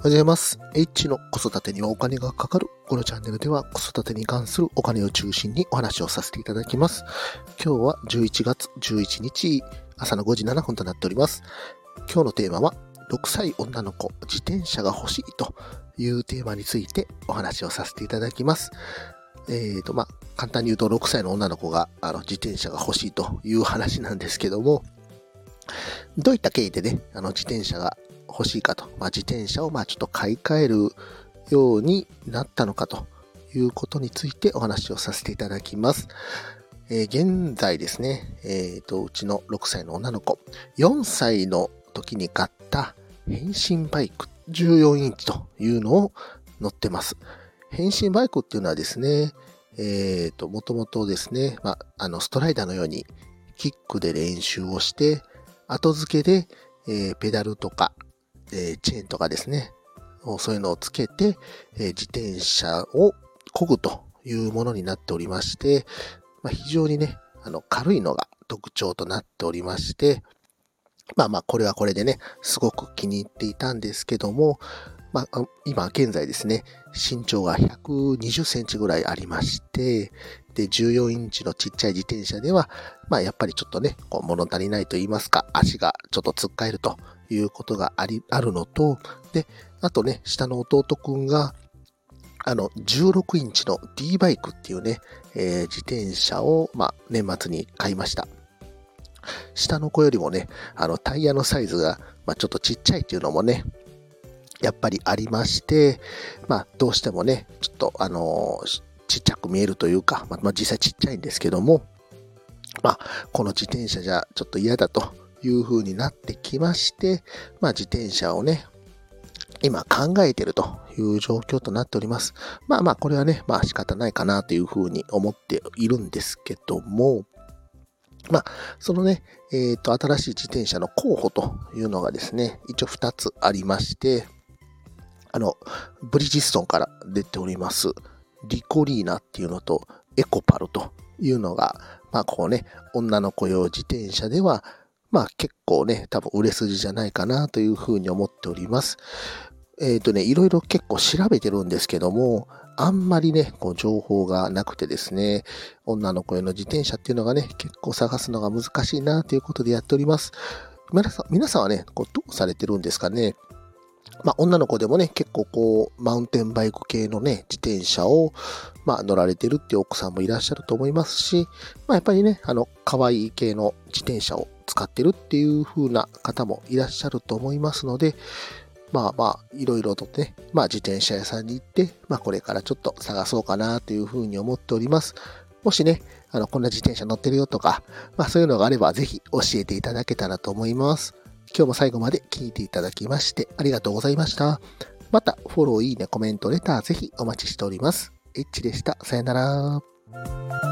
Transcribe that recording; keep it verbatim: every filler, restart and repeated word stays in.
おはようございます。H の子育てにはお金がかかる。このチャンネルでは子育てに関するお金を中心にお話をさせていただきます。今日はじゅういちがつじゅういちにち朝のごじななふんとなっております。今日のテーマはろくさい女の子自転車が欲しいというテーマについてお話をさせていただきます。えーと、まあ、簡単に言うとろくさいの女の子があの自転車が欲しいという話なんですけども、どういった経緯でね、あの自転車が欲しいかと、まあ、自転車をまあちょっと買い替えるようになったのかということについてお話をさせていただきます。えー、現在ですね、えーと、うちのろくさいの女の子、よんさいの時に買った変身バイクじゅうよんインチというのを乗ってます。変身バイクっていうのはですね、えーと、もともとですね、まあ、あの、ストライダーのようにキックで練習をして、後付けで、えー、ペダルとか、えー、チェーンとかですね、そういうのをつけて、えー、自転車を漕ぐというものになっておりまして、まあ、非常にね、あの、軽いのが特徴となっておりまして、まあまあ、これはこれでね、すごく気に入っていたんですけども、まあ、今現在ですね、身長がひゃくにじゅっセンチぐらいありまして、で、じゅうよんインチのちっちゃい自転車では、まあやっぱりちょっとね、こう物足りないと言いますか、足がちょっとつっかえるということがあり、あるのと、で、あとね、下の弟くんが、あの、じゅうろくインチの D バイクっていうね、えー、自転車を、まあ年末に買いました。下の子よりもね、あの、タイヤのサイズが、まあちょっとちっちゃいっていうのもね、やっぱりありまして、まあ、どうしてもね、ちょっと、あのー、ちっちゃく見えるというか、まあ、まあ、実際ちっちゃいんですけども、まあ、この自転車じゃちょっと嫌だという風になってきまして、まあ、自転車をね、今考えているという状況となっております。まあまあ、これはね、まあ仕方ないかなという風に思っているんですけども、まあ、そのね、えっと、新しい自転車の候補というのがですね、一応ふたつありまして、あの、ブリヂストンから出ております、リコリーナっていうのと、エコパルというのが、まあ、こうね、女の子用自転車では、まあ、結構ね、多分売れ筋じゃないかなというふうに思っております。えっとね、いろいろ結構調べてるんですけども、あんまりね、こう情報がなくてですね、女の子用の自転車っていうのがね、結構探すのが難しいなということでやっております。皆さん、皆さんはね、こうどうされてるんですかね。まあ、女の子でもね、結構こう、マウンテンバイク系のね、自転車を、まあ、乗られてるっていう奥さんもいらっしゃると思いますし、まあ、やっぱりね、あの、可愛い系の自転車を使ってるっていう風な方もいらっしゃると思いますので、まあまあ、いろいろとね、まあ、自転車屋さんに行って、まあ、これからちょっと探そうかなという風に思っております。もしね、あの、こんな自転車乗ってるよとか、まあ、そういうのがあれば、ぜひ教えていただけたらと思います。今日も最後まで聞いていただきましてありがとうございました。また、フォロー、いいね、コメント、レターぜひお待ちしております。H でした。さよなら。